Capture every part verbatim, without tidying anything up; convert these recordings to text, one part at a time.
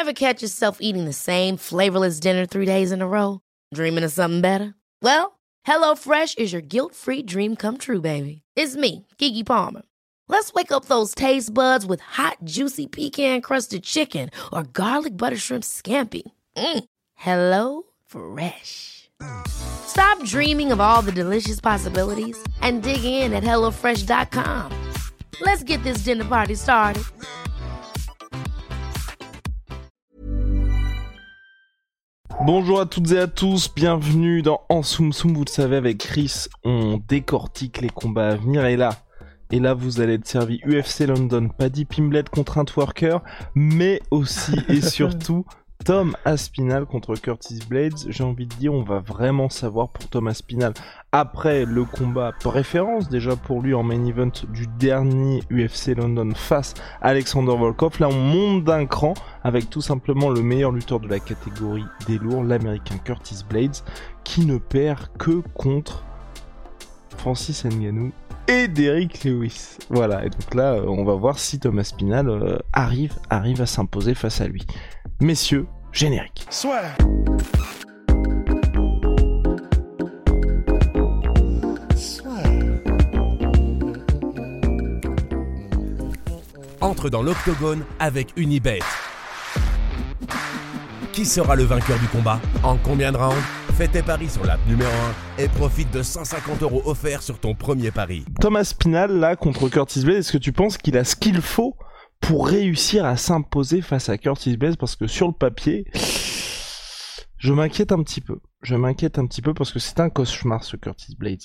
Ever catch yourself eating the same flavorless dinner three days in a row? Dreaming of something better? Well, HelloFresh is your guilt-free dream come true, baby. It's me, Keke Palmer. Let's wake up those taste buds with hot, juicy pecan-crusted chicken or garlic butter shrimp scampi. Mm. Hello Fresh. Stop dreaming of all the delicious possibilities and dig in at hello fresh dot com. Let's get this dinner party started. Bonjour à toutes et à tous, bienvenue dans En Soum Soum. Vous le savez, avec Chris, on décortique les combats à venir. Et là, et là vous allez être servi U F C London, Paddy Pimblett contre Huntworker, mais aussi et surtout Tom Aspinall contre Curtis Blaydes. J'ai envie de dire, on va vraiment savoir pour Tom Aspinall, après le combat préférence déjà pour lui en main event du dernier U F C London face à Alexander Volkov. Là on monte d'un cran avec tout simplement le meilleur lutteur de la catégorie des lourds, l'américain Curtis Blaydes, qui ne perd que contre Francis Ngannou et Derrick Lewis. Voilà, et donc là on va voir si Tom Aspinall euh, arrive, arrive à s'imposer face à lui. Messieurs, générique. Soit. Entre dans l'octogone avec Unibet. Qui sera le vainqueur du combat? En combien de rounds? Fais tes paris sur l'app numéro un et profite de cent cinquante euros offerts sur ton premier pari. Tom Aspinall, là, contre Curtis Blaydes, est-ce que tu penses qu'il a ce qu'il faut pour réussir à s'imposer face à Curtis Blaydes? Parce que sur le papier, je m'inquiète un petit peu. Je m'inquiète un petit peu parce que c'est un cauchemar, ce Curtis Blaydes.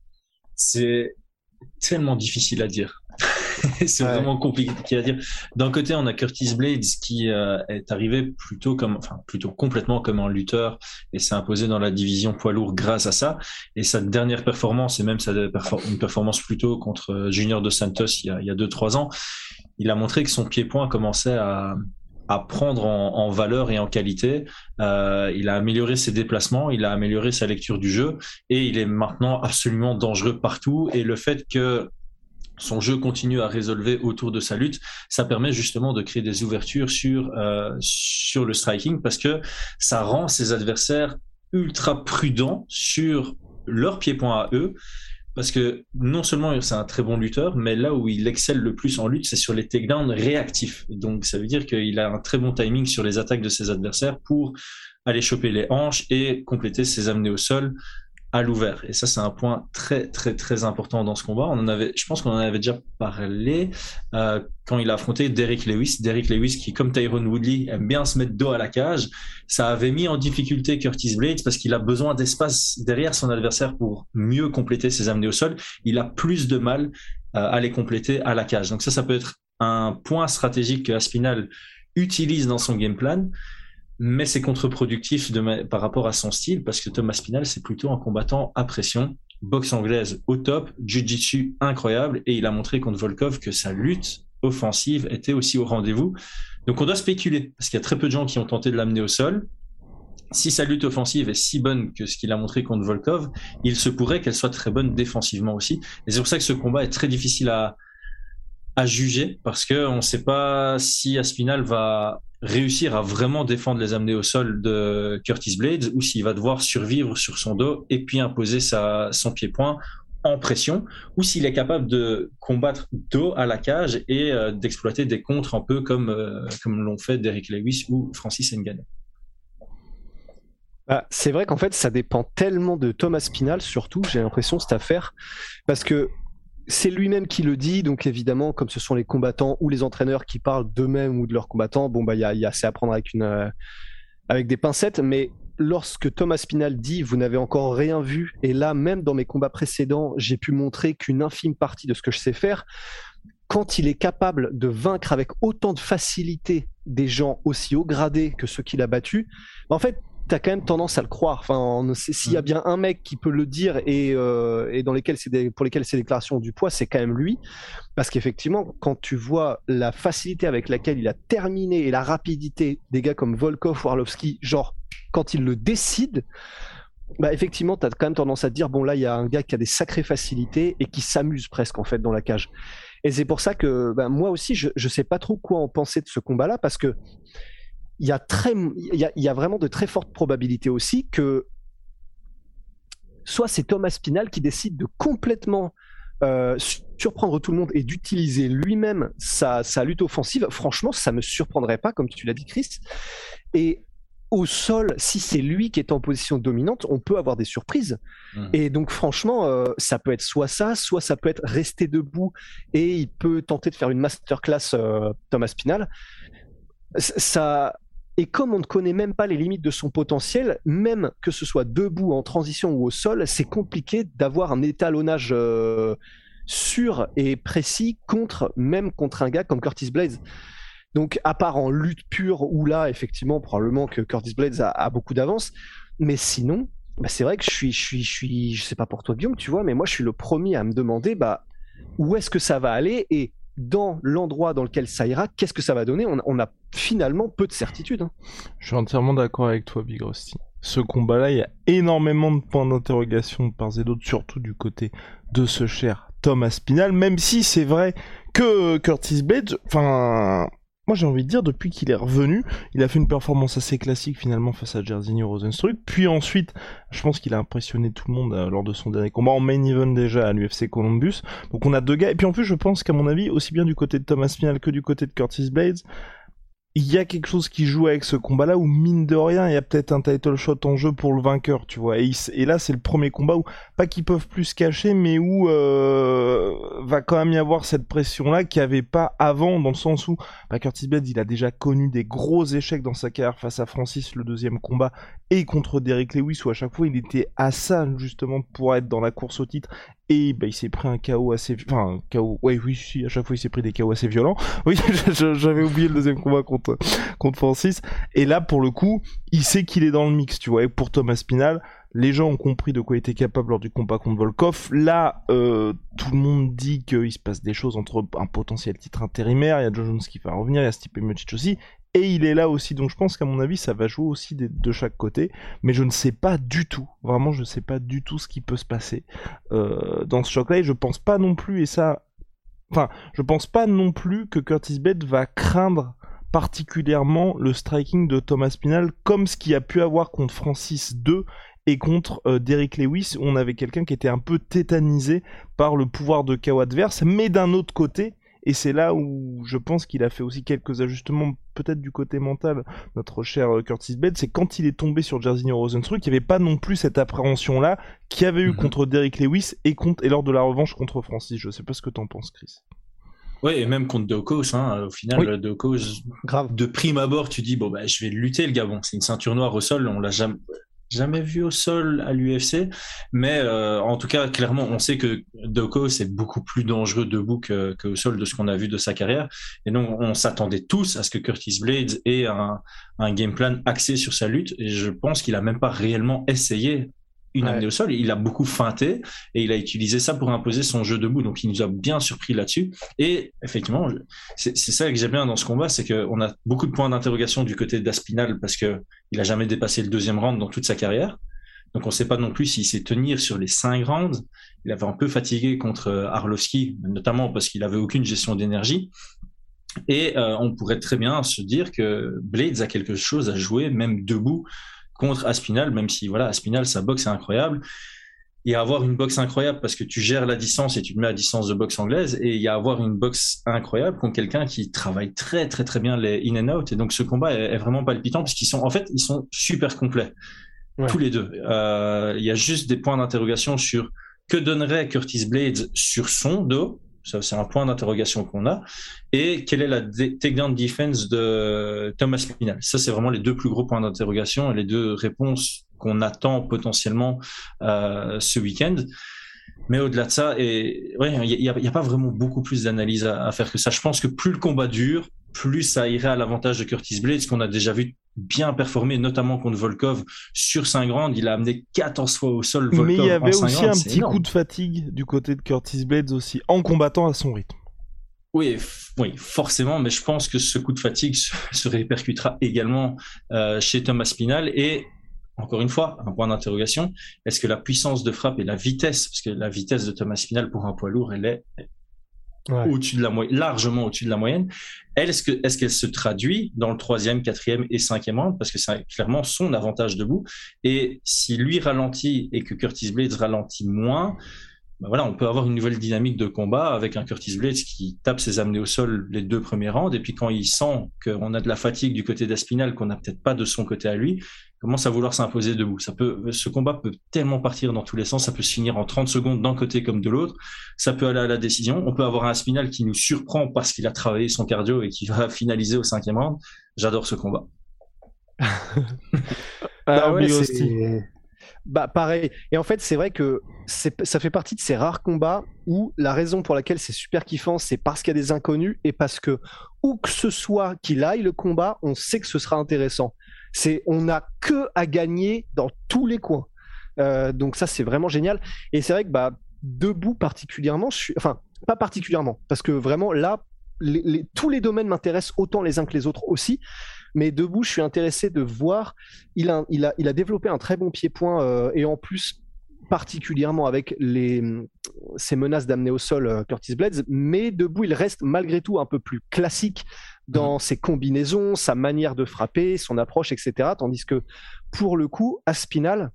C'est tellement difficile à dire. C'est ouais. vraiment compliqué à dire. D'un côté, on a Curtis Blaydes qui euh, est arrivé plutôt comme, enfin plutôt complètement comme un lutteur et s'est imposé dans la division poids lourd grâce à ça. Et sa dernière performance, et même sa perfor- une performance plutôt contre Junior Dos Santos il y a, il y a deux trois ans, il a montré que son pied-point commençait à à prendre en, en valeur et en qualité. Euh, il a amélioré ses déplacements, il a amélioré sa lecture du jeu et il est maintenant absolument dangereux partout. Et le fait que son jeu continue à résolver autour de sa lutte, ça permet justement de créer des ouvertures sur euh, sur le striking parce que ça rend ses adversaires ultra prudents sur leur pied-point à eux. Parce que non seulement c'est un très bon lutteur, mais là où il excelle le plus en lutte, c'est sur les takedowns réactifs. Donc ça veut dire qu'il a un très bon timing sur les attaques de ses adversaires pour aller choper les hanches et compléter ses amenées au sol à l'ouvert. Et ça, c'est un point très, très, très important dans ce combat. On en avait, je pense qu'on en avait déjà parlé euh, quand il a affronté Derrick Lewis. Derrick Lewis qui, comme Tyron Woodley, aime bien se mettre dos à la cage. Ça avait mis en difficulté Curtis Blaydes parce qu'il a besoin d'espace derrière son adversaire pour mieux compléter ses amenées au sol. Il a plus de mal euh, à les compléter à la cage. Donc ça, ça peut être un point stratégique que Aspinall utilise dans son game plan. Mais c'est contre-productif de ma... par rapport à son style parce que Tom Aspinall, c'est plutôt un combattant à pression, boxe anglaise au top, jiu-jitsu incroyable et il a montré contre Volkov que sa lutte offensive était aussi au rendez-vous. Donc on doit spéculer parce qu'il y a très peu de gens qui ont tenté de l'amener au sol. Si sa lutte offensive est si bonne que ce qu'il a montré contre Volkov, il se pourrait qu'elle soit très bonne défensivement aussi. Et c'est pour ça que ce combat est très difficile à, à juger parce qu'on ne sait pas si Aspinall va réussir à vraiment défendre les amener au sol de Curtis Blaydes ou s'il va devoir survivre sur son dos et puis imposer sa, son pied-point en pression ou s'il est capable de combattre dos à la cage et euh, d'exploiter des contres un peu comme, euh, comme l'ont fait Derrick Lewis ou Francis Ngannou. Bah, c'est vrai qu'en fait ça dépend tellement de Tom Aspinall surtout, j'ai l'impression, cette affaire, parce que c'est lui-même qui le dit, donc évidemment, comme ce sont les combattants ou les entraîneurs qui parlent d'eux-mêmes ou de leurs combattants, bon bah il y a, y a assez à prendre avec une euh, avec des pincettes, mais lorsque Tom Aspinall dit vous n'avez encore rien vu, et là même dans mes combats précédents, j'ai pu montrer qu'une infime partie de ce que je sais faire, quand il est capable de vaincre avec autant de facilité des gens aussi haut gradés que ceux qu'il a battus, en fait t'as quand même tendance à le croire. Enfin, s'il y a bien un mec qui peut le dire et, euh, et dans lesquels c'est des, pour lesquels ces déclarations ont du poids, c'est quand même lui. Parce qu'effectivement, quand tu vois la facilité avec laquelle il a terminé et la rapidité des gars comme Volkov ou Arlovski, genre quand il le décide, bah effectivement, t'as quand même tendance à te dire bon là, il y a un gars qui a des sacrées facilités et qui s'amuse presque en fait dans la cage. Et c'est pour ça que bah, moi aussi, je, je sais pas trop quoi en penser de ce combat-là parce que il y a très, il y a, il y a vraiment de très fortes probabilités aussi que soit c'est Thomas Spinal qui décide de complètement euh, surprendre tout le monde et d'utiliser lui-même sa, sa lutte offensive. Franchement, ça me surprendrait pas, comme tu l'as dit, Chris. Et au sol, si c'est lui qui est en position dominante, on peut avoir des surprises. Mmh. Et donc, franchement, euh, ça peut être soit ça, soit ça peut être rester debout et il peut tenter de faire une masterclass euh, Thomas Spinal. Ça... Et comme on ne connaît même pas les limites de son potentiel, même que ce soit debout, en transition ou au sol, c'est compliqué d'avoir un étalonnage euh, sûr et précis contre, même contre un gars comme Curtis Blades. Donc, à part en lutte pure, où là, effectivement, probablement que Curtis Blades a, a beaucoup d'avance. Mais sinon, bah, c'est vrai que je suis, je suis, je suis, je sais pas pour toi, Guillaume, tu vois, mais moi, je suis le premier à me demander, bah, où est-ce que ça va aller et dans l'endroit dans lequel ça ira, qu'est-ce que ça va donner ? on, on a finalement peu de certitude. Hein. Je suis entièrement d'accord avec toi, Big Rusty. Ce combat-là, il y a énormément de points d'interrogation de part et d'autre, surtout du côté de ce cher Thomas Spinal, même si c'est vrai que Curtis Blades, enfin... Moi j'ai envie de dire, depuis qu'il est revenu, il a fait une performance assez classique finalement face à Jairzinho Rozenstruik, puis ensuite, je pense qu'il a impressionné tout le monde euh, lors de son dernier combat, en main event déjà à l'U F C Columbus, donc on a deux gars, et puis en plus je pense qu'à mon avis, aussi bien du côté de Thomas Spinal que du côté de Curtis Blades, il y a quelque chose qui joue avec ce combat-là où, mine de rien, il y a peut-être un title shot en jeu pour le vainqueur, tu vois. Et, il, et là, c'est le premier combat où, pas qu'ils peuvent plus se cacher, mais où euh, va quand même y avoir cette pression-là qu'il n'y avait pas avant, dans le sens où bah, Curtis Blades, il a déjà connu des gros échecs dans sa carrière face à Francis, le deuxième combat, et contre Derrick Lewis, où à chaque fois, il était à ça, justement, pour être dans la course au titre. Et bah, il s'est pris un K O assez... Enfin, un K O... Ouais, oui, si, à chaque fois, il s'est pris des K O assez violents. Oui, j'avais oublié le deuxième combat contre, contre Francis. Et là, pour le coup, il sait qu'il est dans le mix, tu vois. Et pour Thomas Spinal, les gens ont compris de quoi il était capable lors du combat contre Volkov. Là, euh, tout le monde dit qu'il se passe des choses entre un potentiel titre intérimaire. Il y a Jon Jones qui va revenir, il y a Stipe Miocic aussi. Et il est là aussi, donc je pense qu'à mon avis, ça va jouer aussi de, de chaque côté. Mais je ne sais pas du tout, vraiment, je ne sais pas du tout ce qui peut se passer euh, dans ce choc-là. Et je pense pas non plus, et ça... Enfin, je pense pas non plus que Curtis Blades va craindre particulièrement le striking de Thomas Spinal, comme ce qu'il y a pu avoir contre Francis deux et contre euh, Derrick Lewis, où on avait quelqu'un qui était un peu tétanisé par le pouvoir de K O adverse. Mais d'un autre côté... Et c'est là où je pense qu'il a fait aussi quelques ajustements, peut-être du côté mental, notre cher Curtis Blades, c'est quand il est tombé sur Jairzinho Rozenstruik, il n'y avait pas non plus cette appréhension-là qu'il y avait eu mm-hmm. contre Derrick Lewis et, contre, et lors de la revanche contre Francis. Je ne sais pas ce que t'en penses, Chris. Oui, et même contre Dokos, hein, au final, oui. Dokos, grave. De prime abord, tu dis, bon, bah, je vais lutter, le gars, bon, c'est une ceinture noire au sol, on l'a jamais... jamais vu au sol à l'U F C, mais euh, en tout cas, clairement, on sait que Doko, c'est beaucoup plus dangereux debout que, que au sol de ce qu'on a vu de sa carrière. Et donc, on s'attendait tous à ce que Curtis Blades ait un, un game plan axé sur sa lutte. Et je pense qu'il a même pas réellement essayé une ouais. amenée au sol. Il a beaucoup feinté et il a utilisé ça pour imposer son jeu debout. Donc, il nous a bien surpris là-dessus. Et effectivement, c'est, c'est ça que j'aime bien dans ce combat, c'est qu'on a beaucoup de points d'interrogation du côté d'Aspinal parce que il a jamais dépassé le deuxième round dans toute sa carrière. Donc, on ne sait pas non plus s'il sait tenir sur les cinq rounds. Il avait un peu fatigué contre Arlovski, notamment parce qu'il avait aucune gestion d'énergie. Et euh, on pourrait très bien se dire que Blades a quelque chose à jouer, même debout, contre Aspinal, même si voilà, Aspinal, sa boxe est incroyable. Il y a avoir une boxe incroyable parce que tu gères la distance et tu te mets à distance de boxe anglaise, et il y a avoir une boxe incroyable contre quelqu'un qui travaille très très très bien les in and out. Et donc ce combat est, est vraiment palpitant parce qu'ils sont en fait ils sont super complets ouais. tous les deux. Euh, il y a juste des points d'interrogation sur que donnerait Curtis Blades sur son dos. Ça, c'est un point d'interrogation qu'on a. Et quelle est la de- takedown defense de Thomas Spinal? Ça, c'est vraiment les deux plus gros points d'interrogation et les deux réponses qu'on attend potentiellement euh, ce week-end. Mais au-delà de ça, il ouais, n'y a, a, a pas vraiment beaucoup plus d'analyse à, à faire que ça. Je pense que plus le combat dure, plus ça irait à l'avantage de Curtis Blades, qu'on a déjà vu bien performer, notamment contre Volkov sur cinq rounds. Il a amené quatorze fois au sol Volkov. Mais il y avait aussi rounds, un petit énorme. coup de fatigue du côté de Curtis Blades aussi, en combattant à son rythme. Oui, f- oui, forcément, mais je pense que ce coup de fatigue se, se répercutera également euh, chez Thomas Spinal. Et encore une fois, un point d'interrogation, est-ce que la puissance de frappe et la vitesse, parce que la vitesse de Thomas Spinal pour un poids lourd, elle est ouais. au-dessus de la moyenne, largement au-dessus de la moyenne. Elle, est-ce que, est-ce qu'elle se traduit dans le troisième, quatrième et cinquième round? Parce que c'est clairement son avantage debout. Et si lui ralentit et que Curtis Blades ralentit moins, ben voilà, on peut avoir une nouvelle dynamique de combat avec un Curtis Blades qui tape ses amenés au sol les deux premiers rounds. Et puis quand il sent qu'on a de la fatigue du côté d'Aspinall, qu'on n'a peut-être pas de son côté à lui, commence à vouloir s'imposer debout. Ça peut, ce combat peut tellement partir dans tous les sens. Ça peut se finir en trente secondes d'un côté comme de l'autre. Ça peut aller à la décision. On peut avoir un Aspinall qui nous surprend parce qu'il a travaillé son cardio et qui va finaliser au cinquième round. J'adore ce combat. ah ouais, c'est... Bah pareil. Et en fait, c'est vrai que c'est, ça fait partie de ces rares combats où la raison pour laquelle c'est super kiffant, c'est parce qu'il y a des inconnus et parce que où que ce soit qu'il aille le combat, on sait que ce sera intéressant. C'est, on n'a que à gagner dans tous les coins. Euh, donc ça, c'est vraiment génial. Et c'est vrai que bah debout particulièrement, je suis, enfin pas particulièrement, parce que vraiment là, les, les, tous les domaines m'intéressent autant les uns que les autres aussi. Mais debout, je suis intéressé de voir. Il a, il a, il a développé un très bon pied-point euh, et en plus, particulièrement avec les, ces menaces d'amener au sol euh, Curtis Blades. Mais debout, il reste malgré tout un peu plus classique dans mmh. ses combinaisons, sa manière de frapper, son approche, et cetera. Tandis que pour le coup, Aspinall,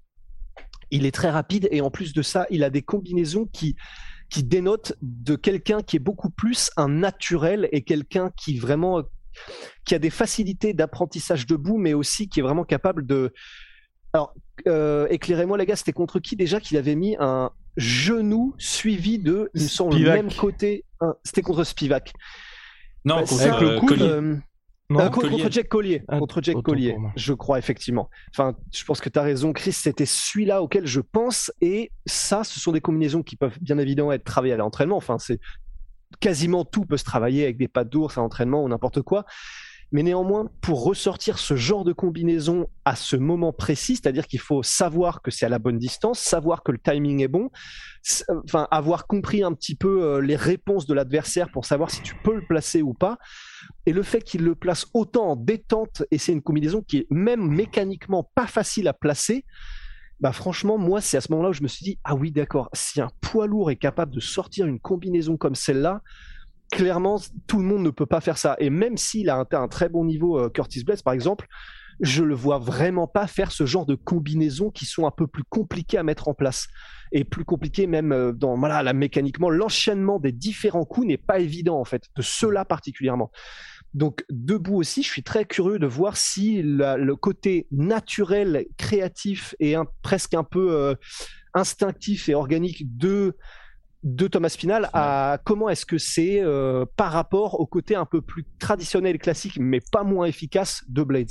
il est très rapide et en plus de ça, il a des combinaisons qui qui dénotent de quelqu'un qui est beaucoup plus un naturel et quelqu'un qui vraiment qui a des facilités d'apprentissage debout, mais aussi qui est vraiment capable de... Alors, euh, éclairez-moi les gars, c'était contre qui déjà qu'il avait mis un genou suivi de, il me semble, le même côté... Hein, c'était contre Spivak. Non, bah, contre, ça, euh, le coup, Collier. Euh, non, euh, contre, contre Jack Collier. Ah, contre Jack Collier, je crois, effectivement. Enfin, je pense que tu as raison, Chris, c'était celui-là auquel je pense, et ça, ce sont des combinaisons qui peuvent bien évidemment être travaillées à l'entraînement. Enfin, c'est... Quasiment tout peut se travailler avec des pattes d'ours à l'entraînement ou n'importe quoi. Mais néanmoins, pour ressortir ce genre de combinaison à ce moment précis, c'est-à-dire qu'il faut savoir que c'est à la bonne distance, savoir que le timing est bon, enfin, avoir compris un petit peu les réponses de l'adversaire pour savoir si tu peux le placer ou pas. Et le fait qu'il le place autant en détente, et c'est une combinaison qui est même mécaniquement pas facile à placer, bah franchement, moi, c'est à ce moment-là où je me suis dit, ah oui, d'accord, si un poids lourd est capable de sortir une combinaison comme celle-là, clairement, tout le monde ne peut pas faire ça. Et même s'il a un, un très bon niveau, euh, Curtis Blades, par exemple, je le vois vraiment pas faire ce genre de combinaisons qui sont un peu plus compliquées à mettre en place. Et plus compliquées même euh, dans, voilà, là, mécaniquement, l'enchaînement des différents coups n'est pas évident, en fait, de ceux-là particulièrement. Donc, debout aussi, je suis très curieux de voir si la, le côté naturel, créatif et un, presque un peu euh, instinctif et organique de, de Thomas Aspinall, à comment est-ce que c'est euh, par rapport au côté un peu plus traditionnel et classique, mais pas moins efficace de Blades.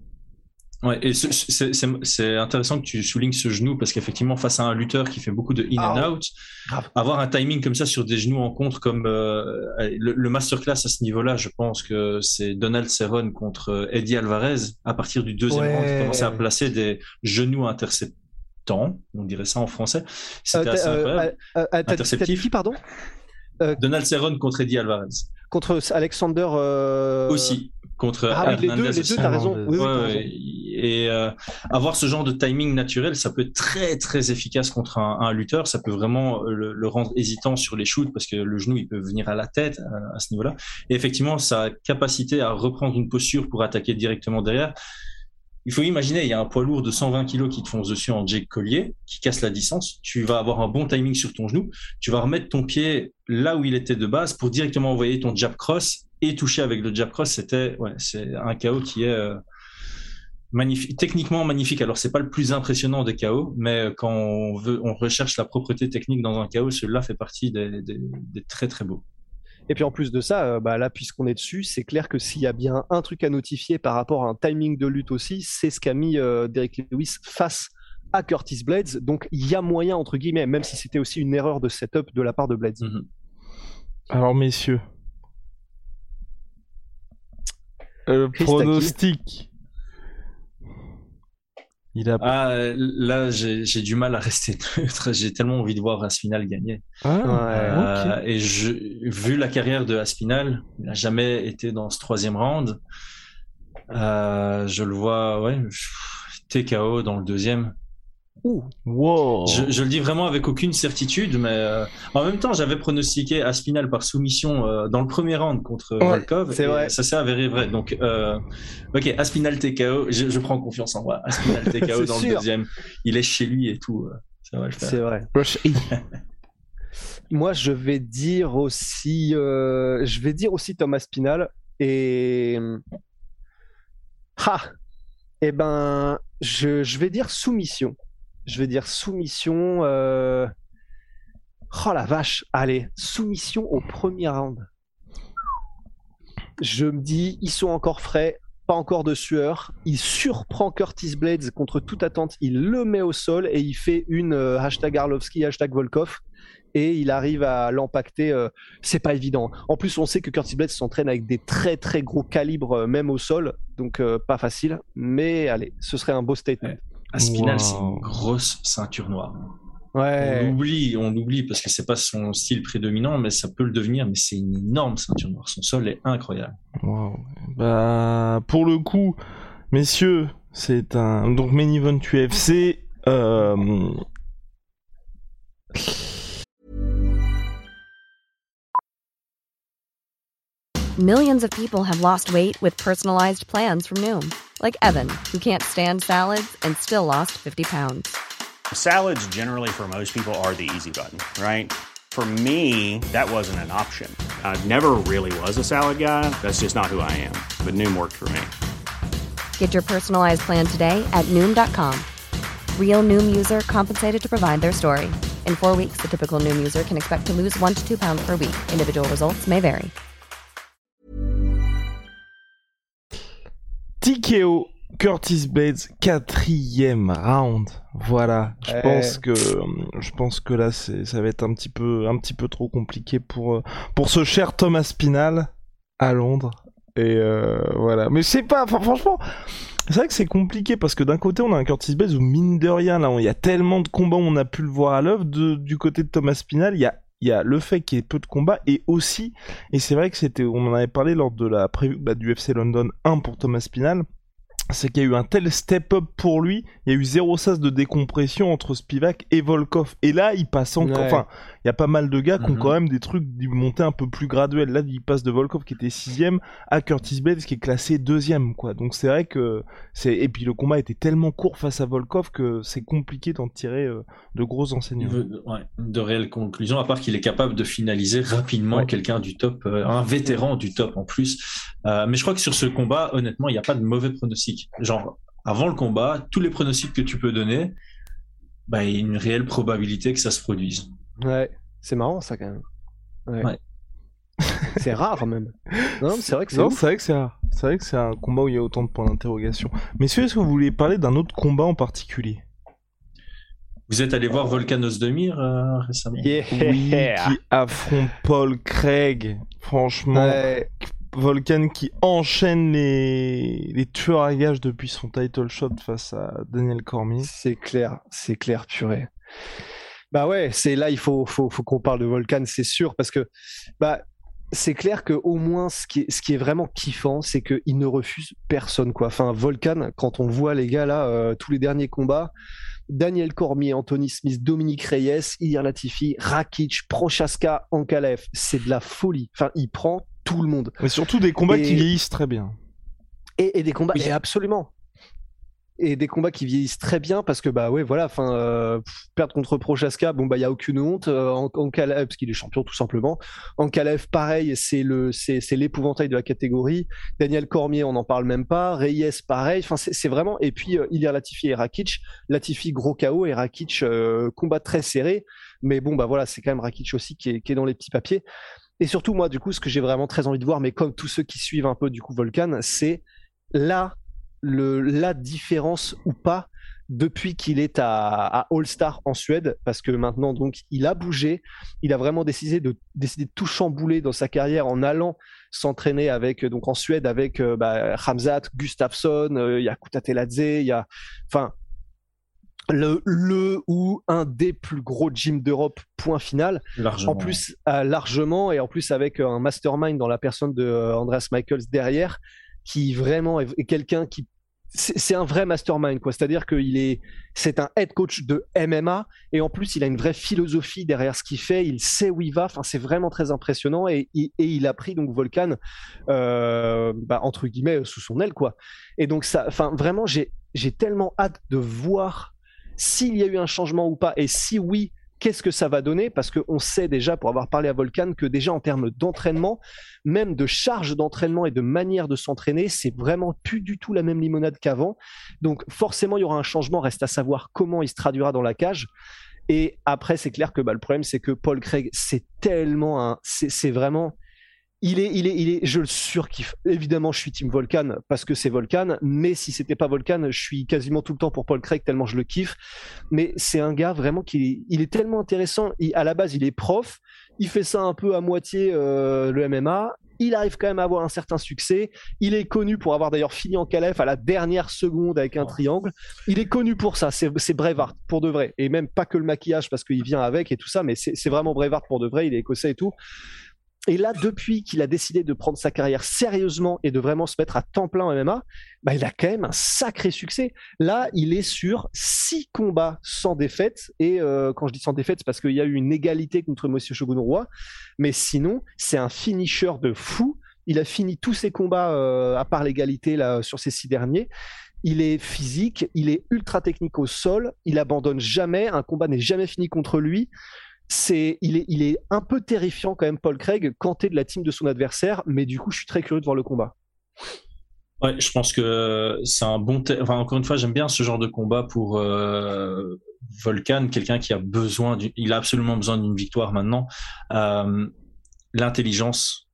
Ouais, et c'est, c'est, c'est, c'est intéressant que tu soulignes ce genou parce qu'effectivement, face à un lutteur qui fait beaucoup de in and out, oh, avoir un timing comme ça sur des genoux en contre, comme euh, le, le masterclass à ce niveau-là, je pense que c'est Donald Cerrone contre Eddie Alvarez. À partir du deuxième ouais. round, qui commençait à placer des genoux interceptants, on dirait ça en français. C'était euh, assez incroyable. Euh, euh, Interceptif. T'as dit qui, pardon euh, Donald Cerrone contre Eddie Alvarez. Contre Alexander. Euh... Aussi. Contre ah oui, les deux, les deux, t'as raison. Oui, ouais, oui, ouais. Raison. Et euh, avoir ce genre de timing naturel, ça peut être très très efficace contre un, un lutteur. Ça peut vraiment le, le rendre hésitant sur les shoots parce que le genou il peut venir à la tête à, à ce niveau-là. Et effectivement, sa capacité à reprendre une posture pour attaquer directement derrière. Il faut imaginer, il y a un poids lourd de cent vingt kilos qui te fonce dessus en Jake Collier, qui casse la distance. Tu vas avoir un bon timing sur ton genou. Tu vas remettre ton pied là où il était de base pour directement envoyer ton jab cross et toucher avec le jab cross. C'était, ouais, c'est un K O qui est euh, magnifique, techniquement magnifique. Alors c'est pas le plus impressionnant des K O, mais quand on veut, on recherche la propreté technique dans un K O, celui-là fait partie des, des, des très très beaux. Et puis en plus de ça, euh, bah là, puisqu'on est dessus, c'est clair que s'il y a bien un truc à notifier par rapport à un timing de lutte aussi, c'est ce qu'a mis euh, Derrick Lewis face à Curtis Blades. Donc il y a moyen, entre guillemets, même si c'était aussi une erreur de setup de la part de Blades. Mm-hmm. Alors messieurs, euh, pronostic. Il a... Ah, là, j'ai, j'ai du mal à rester neutre. J'ai tellement envie de voir Aspinall gagner. Ah, euh, okay. Et je, vu la carrière de Aspinall, il n'a jamais été dans ce troisième round. Euh, je le vois, ouais, T K O dans le deuxième. Ouh. Wow. Je, je le dis vraiment avec aucune certitude, mais euh, en même temps, j'avais pronostiqué Aspinall par soumission euh, dans le premier round contre Ouais, Volkov. c'est et vrai. Ça s'est avéré vrai. Donc, euh, ok, Aspinall T K O. Je, je prends confiance en moi. Aspinall T K O C'est dans sûr. le deuxième. Il est chez lui et tout. euh, Ça va le faire. C'est vrai. Rush E. Moi, je vais dire aussi, euh, je vais dire aussi Thomas Spinal et ah, eh ben, je, je vais dire soumission. Je vais dire soumission. Euh... Oh la vache, allez, soumission au premier round. Je me dis, ils sont encore frais, pas encore de sueur. Il surprend Curtis Blades contre toute attente. Il le met au sol et il fait une euh, hashtag Arlovski, hashtag Volkov. Et il arrive à l'empacter. Euh, c'est pas évident. En plus, on sait que Curtis Blades s'entraîne avec des très très gros calibres, euh, même au sol. Donc, euh, pas facile. Mais allez, ce serait un beau statement. Ouais. Aspinall, Wow. c'est une grosse ceinture noire. Ouais. On l'oublie, on l'oublie parce que c'est pas son style prédominant, mais ça peut le devenir. Mais c'est une énorme ceinture noire. Son sol est incroyable. Wow. Bah, pour le coup, messieurs, c'est un donc main event U F C. Euh... Millions of people have lost weight with personalized plans from Noom. Like Evan, who can't stand salads and still lost fifty pounds. Salads generally for most people are the easy button, right? For me, that wasn't an option. I never really was a salad guy. That's just not who I am. But Noom worked for me. Get your personalized plan today at Noom dot com. Real Noom user compensated to provide their story. In four weeks, the typical Noom user can expect to lose one to two pounds per week. Individual results may vary. T K O Curtis Blades, quatrième round. Voilà. Je Ouais. pense que je pense que là c'est ça va être un petit peu un petit peu trop compliqué pour pour ce cher Thomas Spinal à Londres. Et euh, voilà. Mais c'est pas enfin, franchement. C'est vrai que c'est compliqué parce que d'un côté on a un Curtis Blades où mine de rien là il y a tellement de combats où on a pu le voir à l'œuvre. De, du côté de Thomas Spinal il y a il y a le fait qu'il y ait peu de combats et aussi et c'est vrai que c'était on en avait parlé lors de la preview bah, du U F C London un pour Thomas Spinal. C'est qu'il y a eu un tel step-up pour lui, il y a eu zéro sas de décompression entre Spivak et Volkov. Et là, il passe encore... Ouais. Enfin, il y a pas mal de gars qui ont Mhm. quand même des trucs de montée un peu plus graduels. Là, il passe de Volkov qui était sixième à Curtis Blades qui est classé deuxième, quoi. Donc c'est vrai que... c'est Et puis le combat était tellement court face à Volkov que c'est compliqué d'en tirer euh, de gros Il enseignements. veut ouais, de réelles conclusions, à part qu'il est capable de finaliser rapidement Ouais. quelqu'un du top, euh, un vétéran du top en plus. Euh, mais je crois que sur ce combat, honnêtement, il n'y a pas de mauvais pronostics. Genre, avant le combat, tous les pronostics que tu peux donner, bah, il y a une réelle probabilité que ça se produise. Ouais. C'est marrant ça quand même. Ouais. Ouais. C'est rare même. Non, mais c'est vrai que c'est Non, ouf. c'est vrai que c'est rare. C'est vrai que c'est un combat où il y a autant de points d'interrogation. Messieurs, est-ce que vous voulez parler d'un autre combat en particulier? Vous êtes allé voir Volkan Ozdemir euh, récemment? Yeah. Oui, qui affronte Paul Craig. Franchement, Ouais. Volkan qui enchaîne les... les tueurs à gages depuis son title shot face à Daniel Cormier. C'est clair, c'est clair, purée. Bah ouais, c'est là il faut, faut, faut qu'on parle de Volkan, c'est sûr, parce que bah c'est clair que au moins ce qui est, ce qui est vraiment kiffant, c'est qu'il ne refuse personne quoi. Enfin Volkan, quand on voit les gars là, euh, tous les derniers combats, Daniel Cormier, Anthony Smith, Dominique Reyes, Ilir Latifi, Rakic, Prochaska, Ankalaev, c'est de la folie. Enfin il prend tout le monde. Mais surtout des combats Et- qui vieillissent très bien. Et, et des combats, Oui. et absolument. Et des combats qui vieillissent très bien parce que bah ouais voilà, enfin euh, pff, perdre contre Prochaska, bon bah il y a aucune honte. Euh, en, en Kalev, parce qu'il est champion tout simplement. En Kalev, pareil, c'est le c'est c'est l'épouvantail de la catégorie. Daniel Cormier, on n'en parle même pas. Reyes, pareil. Enfin c'est c'est vraiment. Et puis euh, Ilir Latifi et Rakic. Latifi gros K O et Rakic euh, combat très serré. Mais bon bah voilà, c'est quand même Rakic aussi qui est qui est dans les petits papiers. Et surtout moi du coup ce que j'ai vraiment très envie de voir, mais comme tous ceux qui suivent un peu du coup Volkan, c'est là le, la différence ou pas depuis qu'il est à, à All-Star en Suède, parce que maintenant donc il a bougé, il a vraiment décidé de, décidé de tout chambouler dans sa carrière en allant s'entraîner avec donc en Suède avec euh, bah, Khamzat, Gustafsson, euh, il y a Kutateladze, il y a enfin le, le ou un des plus gros gyms d'Europe, point final. Largement. En plus, euh, largement, et en plus avec euh, un mastermind dans la personne de euh, Andreas Michaels derrière, qui vraiment est, est quelqu'un qui c'est, c'est un vrai mastermind, quoi. C'est-à-dire qu'il est, c'est un head coach de M M A et en plus il a une vraie philosophie derrière ce qu'il fait. Il sait où il va. Enfin, c'est vraiment très impressionnant et, et, et il a pris donc Volkan euh, bah, entre guillemets sous son aile, quoi. Et donc ça, enfin vraiment, j'ai j'ai tellement hâte de voir s'il y a eu un changement ou pas et si oui, qu'est-ce que ça va donner? Parce qu'on sait déjà, pour avoir parlé à Volkan, que déjà en termes d'entraînement, même de charge d'entraînement et de manière de s'entraîner, c'est vraiment plus du tout la même limonade qu'avant. Donc forcément, il y aura un changement, reste à savoir comment il se traduira dans la cage. Et après, c'est clair que bah, le problème, c'est que Paul Craig, c'est tellement un... C'est, c'est vraiment... Il est, il est, il est, je le surkiffe. Évidemment, je suis team Volkan parce que c'est Volkan, mais si c'était pas Volkan, je suis quasiment tout le temps pour Paul Craig tellement je le kiffe. Mais c'est un gars vraiment qui, il est tellement intéressant. Il, à la base, il est prof, il fait ça un peu à moitié euh, le M M A. Il arrive quand même à avoir un certain succès. Il est connu pour avoir d'ailleurs fini en Calef à la dernière seconde avec un triangle. Il est connu pour ça. C'est, c'est Braveheart pour de vrai. Et même pas que le maquillage parce qu'il vient avec et tout ça, mais c'est, c'est vraiment Braveheart pour de vrai. Il est écossais et tout. Et là, depuis qu'il a décidé de prendre sa carrière sérieusement et de vraiment se mettre à temps plein en M M A, bah, il a quand même un sacré succès. Là, il est sur six combats sans défaite. Et euh, quand je dis sans défaite, c'est parce qu'il y a eu une égalité contre Monsieur Shogun Roi. Mais sinon, c'est un finisher de fou. Il a fini tous ses combats, euh, à part l'égalité là, sur ces six derniers. Il est physique, il est ultra technique au sol. Il abandonne jamais. Un combat n'est jamais fini contre lui. C'est, il est, il est un peu terrifiant quand même, Paul Craig, quand t'es de la team de son adversaire, mais du coup, je suis très curieux de voir le combat. Ouais, je pense que c'est un bon. Te... Enfin, encore une fois, j'aime bien ce genre de combat pour euh, Volkan, quelqu'un qui a besoin, d'une... il a absolument besoin d'une victoire maintenant. Euh, l'intelligence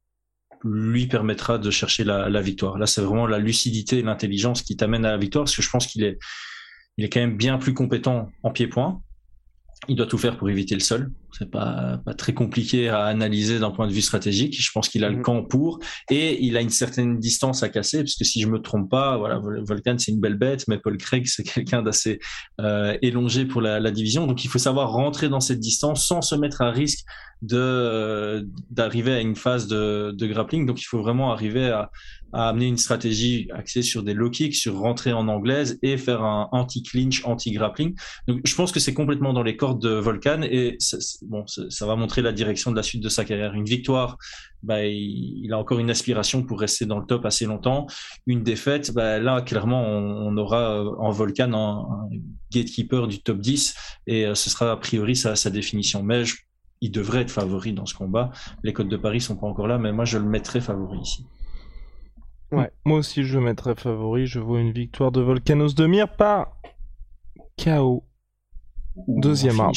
lui permettra de chercher la, la victoire. Là, c'est vraiment la lucidité et l'intelligence qui t'amène à la victoire, parce que je pense qu'il est, il est quand même bien plus compétent en pied-point. Il doit tout faire pour éviter le sol. C'est pas, pas très compliqué à analyser d'un point de vue stratégique. Je pense qu'il a le camp pour, et il a une certaine distance à casser, parce que si je me trompe pas, voilà, Volkan, c'est une belle bête, mais Paul Craig, c'est quelqu'un d'assez euh, élongé pour la, la division. Donc, il faut savoir rentrer dans cette distance sans se mettre à risque de, euh, d'arriver à une phase de, de grappling. Donc, il faut vraiment arriver à, à amener une stratégie axée sur des low kicks, sur rentrer en anglaise et faire un anti-clinch, anti-grappling. Donc, je pense que c'est complètement dans les cordes de Volkan, et ça, bon, ça, ça va montrer la direction de la suite de sa carrière. Une victoire, bah, il, il a encore une aspiration pour rester dans le top assez longtemps. Une défaite, bah, là, clairement, on, on aura en Volkan un, un gatekeeper du top dix, et euh, ce sera a priori sa, sa définition. Mais je, il devrait être favori dans ce combat. Les codes de Paris sont pas encore là, mais moi, je le mettrais favori ici. Ouais. Moi aussi, je mettrais favori. Je vois une victoire de Volkan Ozdemir par K O. Deuxième round.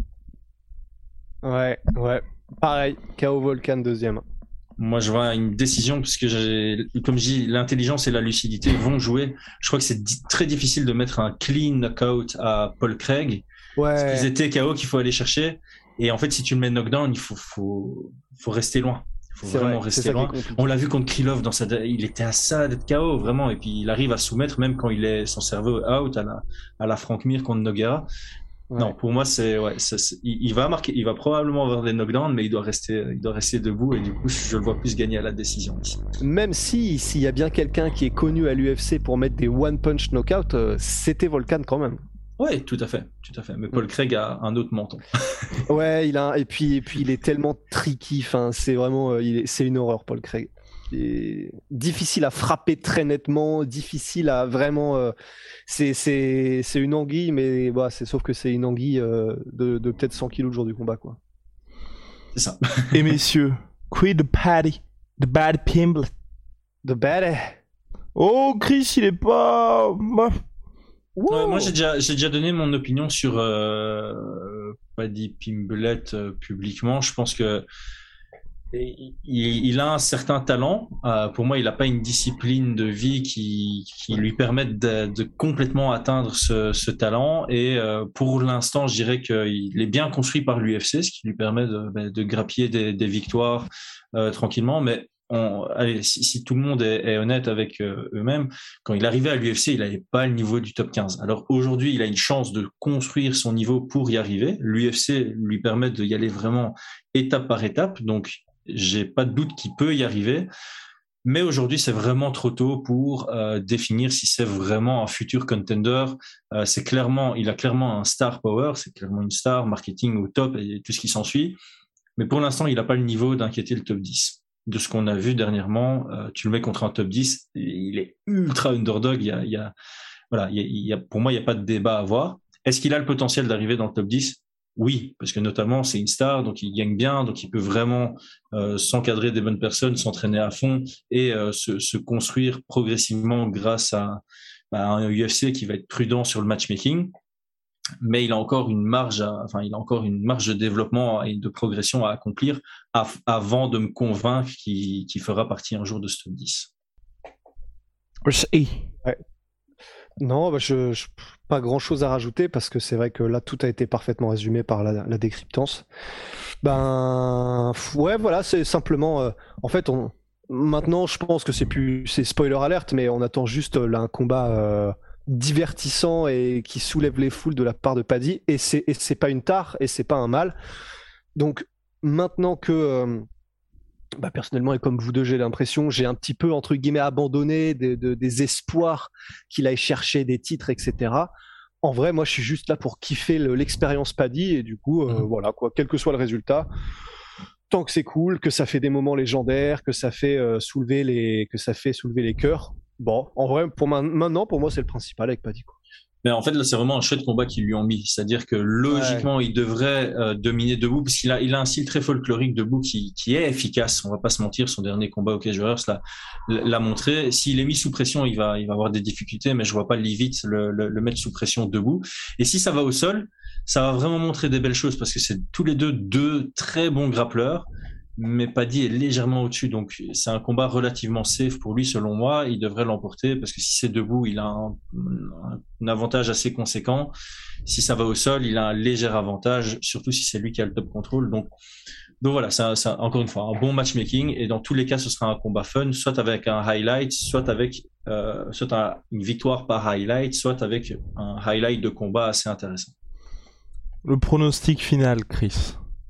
Ouais, ouais. Pareil, K O Volkan, deuxième. Moi, je vois une décision, parce que j'ai, comme je dis, l'intelligence et la lucidité vont jouer. Je crois que c'est di- très difficile de mettre un clean knockout à Paul Craig. Ouais. Parce qu'ils étaient K O qu'il faut aller chercher. Et en fait, si tu le mets knockdown, il faut, faut, faut rester loin. Il faut c'est vraiment vrai, rester loin. On l'a vu contre Krylov dans sa, il était à ça d'être K O, vraiment. Et puis, il arrive à soumettre, même quand il est son cerveau out à la, à la Frank Mir contre Nogueira. Ouais. Non, pour moi, c'est, ouais, c'est, c'est, il, il va marquer, il va probablement avoir des knockdowns, mais il doit rester, il doit rester debout, et du coup, je le vois plus gagner à la décision ici. Même si, s'il y a bien quelqu'un qui est connu à l'U F C pour mettre des one punch knockout, euh, c'était Volkan quand même. Ouais, tout à fait, tout à fait. Mais Paul Craig a un autre menton. Ouais, il a, et puis, et puis il est tellement tricky. Enfin, c'est vraiment, euh, il est, c'est une horreur, Paul Craig. Et difficile à frapper très nettement, difficile à vraiment. Euh, c'est, c'est, c'est une anguille, mais bah, c'est sauf que c'est une anguille euh, de, de peut-être cent kilos le jour du combat, quoi. C'est ça. Et messieurs, quid the patty, the bad pimble, the bad. Oh, Chris, il est pas. Ouais, moi, j'ai déjà, j'ai déjà donné mon opinion sur euh, Paddy Pimblett euh, publiquement. Je pense que il, il a un certain talent. Euh, pour moi, il n'a pas une discipline de vie qui, qui lui permette de, de complètement atteindre ce, ce talent. Et euh, pour l'instant, je dirais qu'il est bien construit par l'U F C, ce qui lui permet de, de grappiller des, des victoires euh, tranquillement. Mais On, allez, si, si tout le monde est, est honnête avec euh, eux-mêmes, quand il arrivait à l'U F C, il n'avait pas le niveau du top quinze. Alors aujourd'hui, il a une chance de construire son niveau pour y arriver. L'U F C lui permet d'y aller vraiment étape par étape. Donc, j'ai pas de doute qu'il peut y arriver. Mais aujourd'hui, c'est vraiment trop tôt pour euh, définir si c'est vraiment un futur contender. Euh, c'est clairement, il a clairement un star power, c'est clairement une star, marketing au top et tout ce qui s'ensuit. Mais pour l'instant, il n'a pas le niveau d'inquiéter le top dix. De ce qu'on a vu dernièrement, euh, tu le mets contre un top dix, il est ultra underdog. Il y a, il y a, voilà, il y a, il y a, pour moi, il n'y a pas de débat à avoir. Est-ce qu'il a le potentiel d'arriver dans le top dix? Oui, parce que notamment, c'est une star, donc il gagne bien, donc il peut vraiment euh, s'encadrer des bonnes personnes, s'entraîner à fond et euh, se, se construire progressivement grâce à, à un U F C qui va être prudent sur le matchmaking. Mais il a encore une marge, à, enfin, il a encore une marge de développement et de progression à accomplir à, avant de me convaincre qu'il, qu'il fera partie un jour de ce top dix. Oui. Ouais. Non, bah je, je, pas grand chose à rajouter parce que c'est vrai que là tout a été parfaitement résumé par la, la décryptance. Ben ouais, voilà, c'est simplement. Euh, en fait, on, maintenant, je pense que c'est plus, c'est spoiler alert, mais on attend juste là un combat euh, divertissant et qui soulève les foules de la part de Paddy. Et c'est, et c'est pas une tare et c'est pas un mal. Donc maintenant que euh, bah, personnellement, et comme vous deux, j'ai l'impression, j'ai un petit peu, entre guillemets, abandonné des, de, des espoirs qu'il aille chercher des titres, et cetera. En vrai, moi, je suis juste là pour kiffer le, l'expérience Paddy, et du coup, euh, mmh. voilà, quoi, quel que soit le résultat, tant que c'est cool, que ça fait des moments légendaires, que ça fait euh, soulever les, que ça fait soulever les cœurs. Bon, en vrai, pour ma, maintenant, pour moi, c'est le principal avec Paddy, quoi. Mais en fait, là, c'est vraiment un chouette combat qu'ils lui ont mis. C'est-à-dire que logiquement, ouais. il devrait euh, dominer debout, parce qu'il a, il a un style très folklorique debout qui, qui est efficace. On va pas se mentir, son dernier combat au Cage Warriors l'a, l'a montré. S'il est mis sous pression, il va, il va avoir des difficultés, mais je vois pas Leavitt le, le, le mettre sous pression debout. Et si ça va au sol, ça va vraiment montrer des belles choses, parce que c'est tous les deux deux très bons grappleurs. Mais Paddy est légèrement au-dessus, donc c'est un combat relativement safe pour lui, selon moi. Il devrait l'emporter parce que si c'est debout, il a un, un avantage assez conséquent. Si ça va au sol, il a un léger avantage, surtout si c'est lui qui a le top control. Donc, donc voilà, c'est, un, c'est un, encore une fois un bon matchmaking. Et dans tous les cas, ce sera un combat fun, soit avec un highlight, soit avec euh, soit un, une victoire par highlight, soit avec un highlight de combat assez intéressant. Le pronostic final, Chris.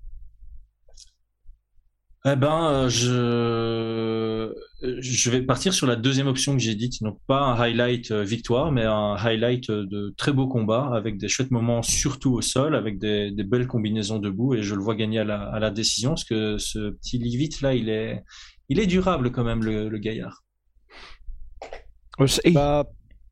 Eh ben, je je vais partir sur la deuxième option que j'ai dite, donc pas un highlight victoire, mais un highlight de très beau combat avec des chouettes moments, surtout au sol, avec des, des belles combinaisons debout, et je le vois gagner à la, à la décision, parce que ce petit Leavitt là, il est il est durable quand même, le, le gaillard. Bah,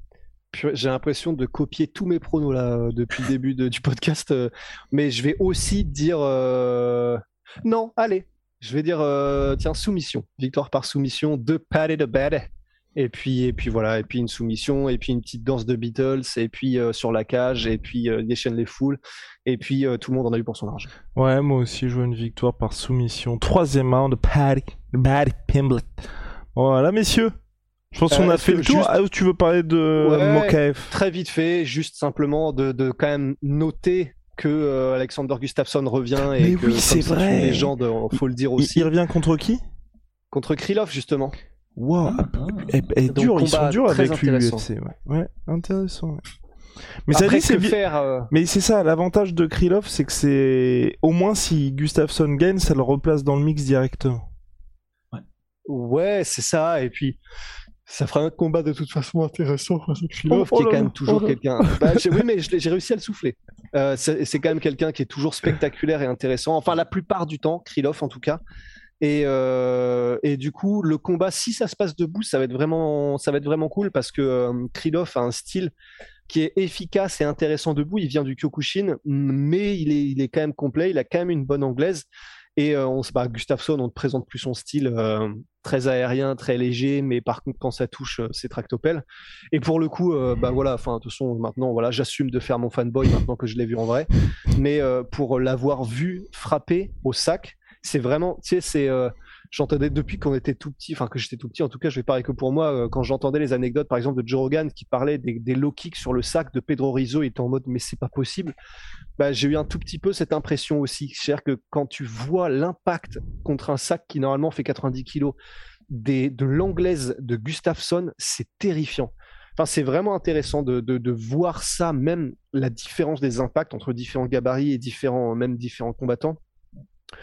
j'ai l'impression de copier tous mes pronos là depuis le début de, du podcast, mais je vais aussi dire euh... non, allez. Je vais dire, euh, tiens, soumission. Victoire par soumission de Paddy the Baddy. Et puis, et puis voilà, et puis une soumission, et puis une petite danse de Beatles, et puis euh, sur la cage, et puis euh, déchaîne les foules, et puis euh, tout le monde en a eu pour son argent. Ouais, moi aussi, je vois une victoire par soumission. Troisième round de Paddy, Paddy Pimblett. Voilà, messieurs. Je pense qu'on euh, a fait le tour. Juste... Ah, tu veux parler de ouais, Mokaev? Très vite fait, juste simplement de, de quand même noter que euh, Alexander Gustafsson revient et mais que oui, c'est comme vrai. Une légende, faut le dire aussi. Il, il revient contre qui? Contre Krylov justement. Wow, ah, et, et Donc, dur, ils sont durs avec l'U F C. Ouais. ouais, intéressant. Ouais. Mais Après, ça dit, c'est faire. Euh... Mais c'est ça, l'avantage de Krylov, c'est que c'est au moins si Gustafsson gagne, ça le replace dans le mix directement. Ouais, ouais, c'est ça. Et puis. Ça fera un combat de toute façon intéressant. Krylov, oh, oh qui est quand même toujours oh quelqu'un. Bah, oui, mais j'ai réussi à le souffler. Euh, c'est, c'est quand même quelqu'un qui est toujours spectaculaire et intéressant. Enfin, la plupart du temps, Krylov en tout cas. Et, euh, et du coup, le combat, si ça se passe debout, ça va être vraiment, ça va être vraiment cool parce que euh, Krylov a un style qui est efficace et intéressant debout. Il vient du Kyokushin, mais il est, il est quand même complet. Il a quand même une bonne anglaise. Et euh, on, bah, Gustafsson, on ne présente plus son style euh, très aérien, très léger, mais par contre quand ça touche, euh, c'est tractopelle. Et pour le coup, euh, bah voilà, enfin de toute façon maintenant, voilà, j'assume de faire mon fanboy maintenant que je l'ai vu en vrai. Mais euh, pour l'avoir vu frapper au sac, c'est vraiment, tu sais, c'est, euh, j'entendais depuis qu'on était tout petit, enfin que j'étais tout petit, en tout cas, je vais parler que pour moi, euh, quand j'entendais les anecdotes, par exemple de Joe Rogan qui parlait des, des low kicks sur le sac de Pedro Rizzo, il était en mode mais c'est pas possible. Bah, j'ai eu un tout petit peu cette impression aussi. C'est-à-dire que quand tu vois l'impact contre un sac qui normalement fait quatre-vingt-dix kilos des, de l'anglaise de Gustafsson, c'est terrifiant. Enfin, c'est vraiment intéressant de, de, de voir ça, même la différence des impacts entre différents gabarits et différents, même différents combattants.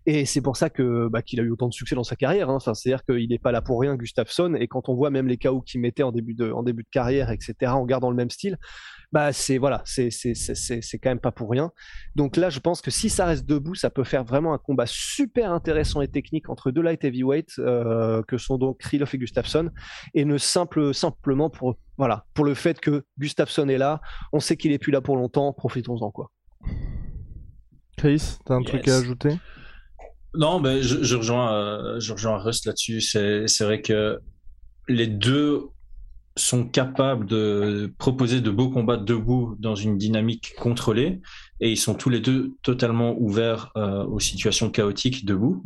Et c'est pour ça que bah, qu'il a eu autant de succès dans sa carrière. Hein. Enfin, c'est-à-dire qu'il n'est pas là pour rien, Gustafsson. Et quand on voit même les K O qu'il mettait en début de, en début de carrière, et cetera, en gardant le même style, bah c'est voilà, c'est c'est c'est c'est c'est quand même pas pour rien. Donc là, je pense que si ça reste debout, ça peut faire vraiment un combat super intéressant et technique entre deux light heavyweights euh, que sont donc Krylov et Gustafsson, et ne simple simplement pour voilà pour le fait que Gustafsson est là, on sait qu'il est plus là pour longtemps, profitons-en quoi. Chris, t'as un yes. truc à ajouter? Non, ben je, je rejoins euh, je rejoins Rust là-dessus. C'est c'est vrai que les deux sont capables de proposer de beaux combats debout dans une dynamique contrôlée, et ils sont tous les deux totalement ouverts euh, aux situations chaotiques debout.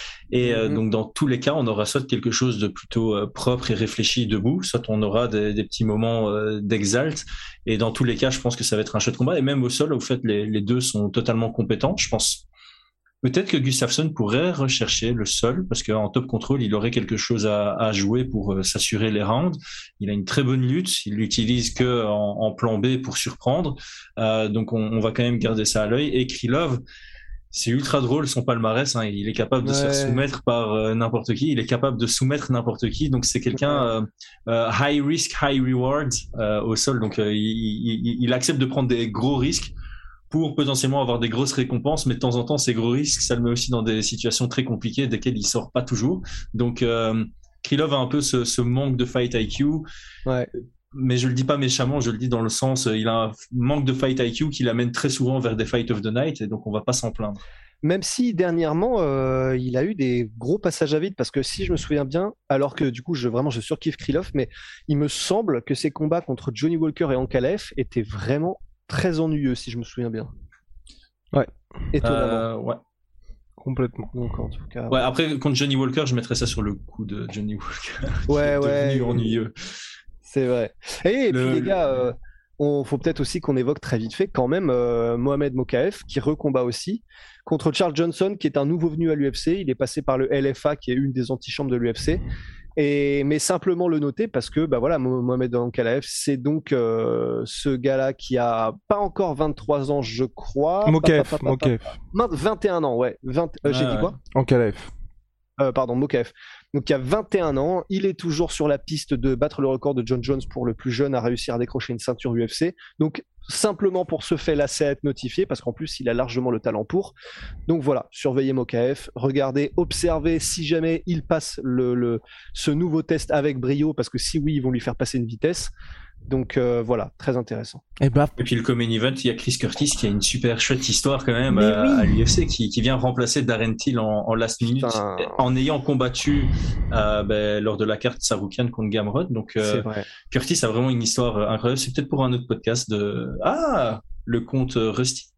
Et euh, mm-hmm. donc dans tous les cas, on aura soit quelque chose de plutôt euh, propre et réfléchi debout, soit on aura des, des petits moments euh, d'exalte. Et dans tous les cas, je pense que ça va être un chouette combat. Et même au sol, au fait, les, les deux sont totalement compétents. Je pense peut-être que Gustafsson pourrait rechercher le sol, parce qu'en top control, il aurait quelque chose à, à jouer pour euh, s'assurer les rounds. Il a une très bonne lutte, il l'utilise que en, en plan B pour surprendre. Euh, donc on, on va quand même garder ça à l'œil. Et Krylov, c'est ultra drôle son palmarès. Hein. Il est capable de ouais. se faire soumettre par euh, n'importe qui. Il est capable de soumettre n'importe qui. Donc c'est quelqu'un euh, euh, high risk, high reward euh, au sol. Donc euh, il, il, il accepte de prendre des gros risques pour potentiellement avoir des grosses récompenses, mais de temps en temps, ces gros risques, ça le met aussi dans des situations très compliquées, desquelles il sort pas toujours. Donc, euh, Krylov a un peu ce, ce manque de fight I Q, ouais. mais je le dis pas méchamment, je le dis dans le sens, il a un manque de fight I Q qui l'amène très souvent vers des fight of the night, et donc on va pas s'en plaindre. Même si dernièrement, euh, il a eu des gros passages à vide, parce que si je me souviens bien, alors que du coup, je, vraiment, je surkiffe Krylov, mais il me semble que ses combats contre Johnny Walker et Ankalaev étaient vraiment très ennuyeux, si je me souviens bien. Ouais. Étonnamment. Euh, ouais. Complètement. Donc, en tout cas. Ouais, après, contre Johnny Walker, je mettrais ça sur le coup de Johnny Walker. Ouais, ouais. Devenu ennuyeux. C'est vrai. Et, et le... puis, les gars, euh, on faut peut-être aussi qu'on évoque très vite fait, quand même, euh, Mohamed Mokaev, qui recombat aussi, contre Charles Johnson, qui est un nouveau venu à l'U F C. Il est passé par le L F A, qui est une des antichambres de l'U F C. Et, mais simplement le noter parce que bah voilà, Mohamed Ankalaev, c'est donc euh, ce gars-là qui a pas encore vingt-trois ans, je crois. Mokaev, Mokaev. vingt et un ans, ouais. vingt, euh, ah, j'ai dit ouais. quoi Ankalaev. Euh, pardon, Mokaev. Donc il y a vingt et un ans, il est toujours sur la piste de battre le record de John Jones pour le plus jeune à réussir à décrocher une ceinture U F C. Donc simplement pour ce fait-là, c'est à être notifié parce qu'en plus il a largement le talent pour. Donc voilà, surveillez Mokaev, regardez, observez si jamais il passe le, le, ce nouveau test avec brio, parce que si oui, ils vont lui faire passer une vitesse. Donc euh, voilà, très intéressant. Et, bah... Et puis le co-main event, il y a Chris Curtis qui a une super chouette histoire quand même euh, oui. à l'U F C, qui, qui vient remplacer Darren Till en, en last minute, Putain. en ayant combattu euh, ben, lors de la carte Saroukian contre Gamrot. Donc euh, Curtis a vraiment une histoire incroyable. C'est peut-être pour un autre podcast de ah le compte Rusty.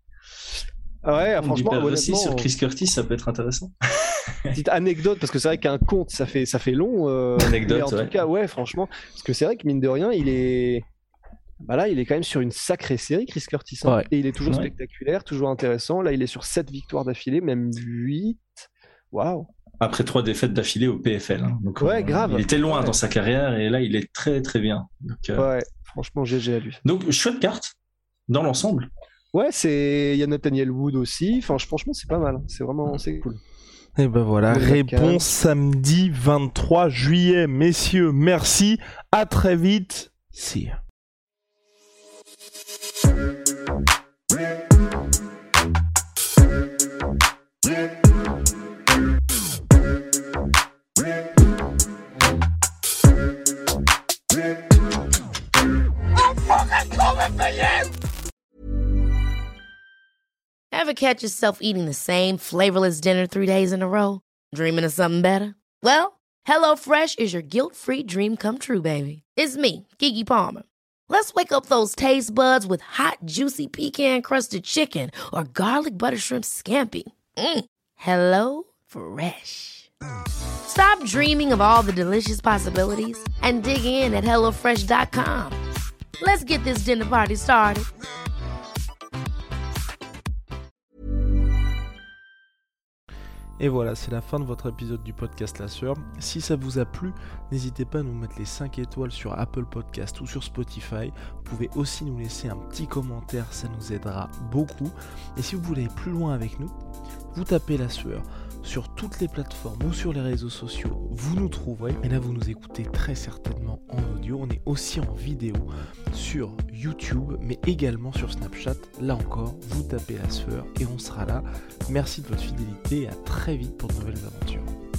Ah ouais, ah, franchement, honnêtement, Rusty sur Chris Curtis, ça peut être intéressant. Petite anecdote, parce que c'est vrai qu'un conte, ça fait, ça fait long. Euh, anecdote, en ouais. tout cas, ouais, franchement. Parce que c'est vrai que mine de rien, il est. Bah là, il est quand même sur une sacrée série, Chris Curtis. Hein. Ouais. Et il est toujours ouais. spectaculaire, toujours intéressant. Là, il est sur sept victoires d'affilée, même huit. Waouh! Après trois défaites d'affilée au P F L. Hein. Donc, ouais, on, grave. Il était loin ouais. dans sa carrière et là, il est très très bien. Donc, euh... Ouais, franchement, G G à lui. Donc, chouette carte dans l'ensemble. Ouais, c'est. Il y a Nathaniel Wood aussi. Enfin, franchement, c'est pas mal. C'est vraiment c'est cool. Et ben voilà, Le réponse samedi vingt-trois juillet. Messieurs, merci. À très vite. See ya. Ever catch yourself eating the same flavorless dinner three days in a row? Dreaming of something better? Well, HelloFresh is your guilt-free dream come true, baby. It's me, Keke Palmer. Let's wake up those taste buds with hot, juicy pecan-crusted chicken or garlic butter shrimp scampi. Mm. Hello Fresh. Stop dreaming of all the delicious possibilities and dig in at hello fresh dot com. Let's get this dinner party started. Et voilà, c'est la fin de votre épisode du podcast La Sœur. Si ça vous a plu, n'hésitez pas à nous mettre les cinq étoiles sur Apple Podcast ou sur Spotify. Vous pouvez aussi nous laisser un petit commentaire, ça nous aidera beaucoup. Et si vous voulez aller plus loin avec nous, Vous tapez La Sueur sur toutes les plateformes ou sur les réseaux sociaux, vous nous trouverez. Et là, vous nous écoutez très certainement en audio. On est aussi en vidéo sur YouTube, mais également sur Snapchat. Là encore, vous tapez La Sueur et on sera là. Merci de votre fidélité et à très vite pour de nouvelles aventures.